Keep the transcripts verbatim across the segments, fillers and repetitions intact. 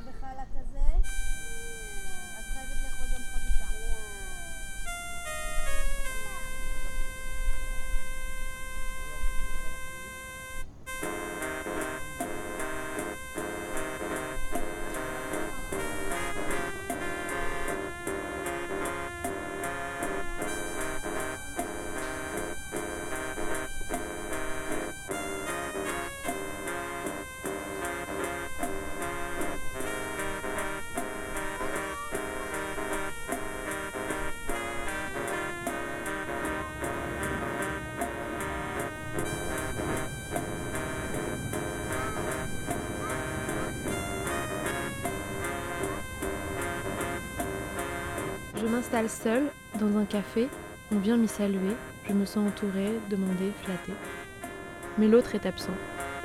בחלק כזה, את חייבת לאכול גם חביתה. Je m'installe seule dans un café, on vient m'y saluer, je me sens entourée, demandée, flattée. Mais l'autre est absent.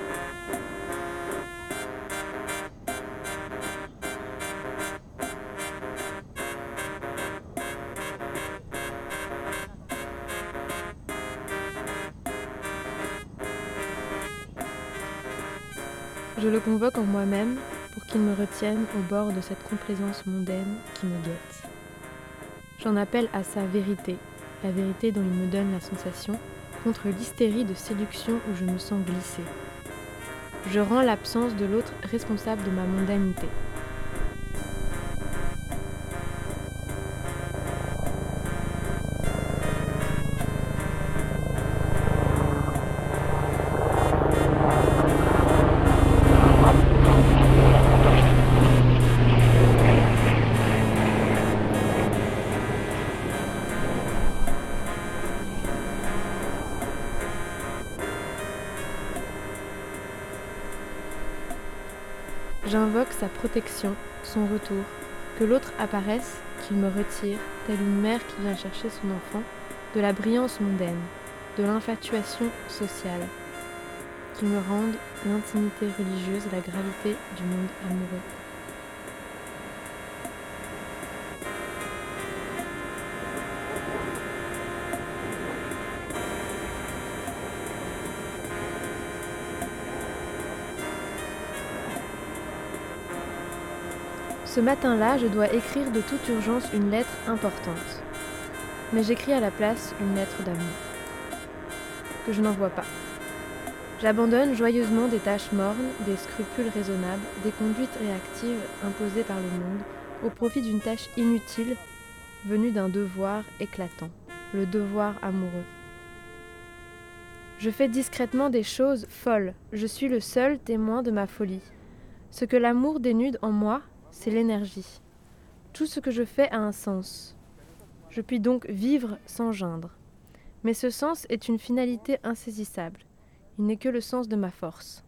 Je le convoque en moi-même pour qu'il me retienne au bord de cette complaisance mondaine qui me guette. J'en appelle à sa vérité, la vérité dont il me donne la sensation, contre l'hystérie de séduction où je me sens glissée. Je rends l'absence de l'autre responsable de ma mondanité. J'invoque sa protection, son retour, que l'autre apparaisse, qu'il me retire, telle une mère qui vient chercher son enfant, de la brillance mondaine, de l'infatuation sociale, qu'il me rende l'intimité religieuse et la gravité du monde amoureux. Ce matin-là, je dois écrire de toute urgence une lettre importante. Mais j'écris à la place une lettre d'amour, que je n'envoie pas. J'abandonne joyeusement des tâches mornes, des scrupules raisonnables, des conduites réactives imposées par le monde, au profit d'une tâche inutile, venue d'un devoir éclatant, le devoir amoureux. Je fais discrètement des choses folles, je suis le seul témoin de ma folie. Ce que l'amour dénude en moi, c'est l'énergie. Tout ce que je fais a un sens. Je puis donc vivre sans geindre. Mais ce sens est une finalité insaisissable. Il n'est que le sens de ma force.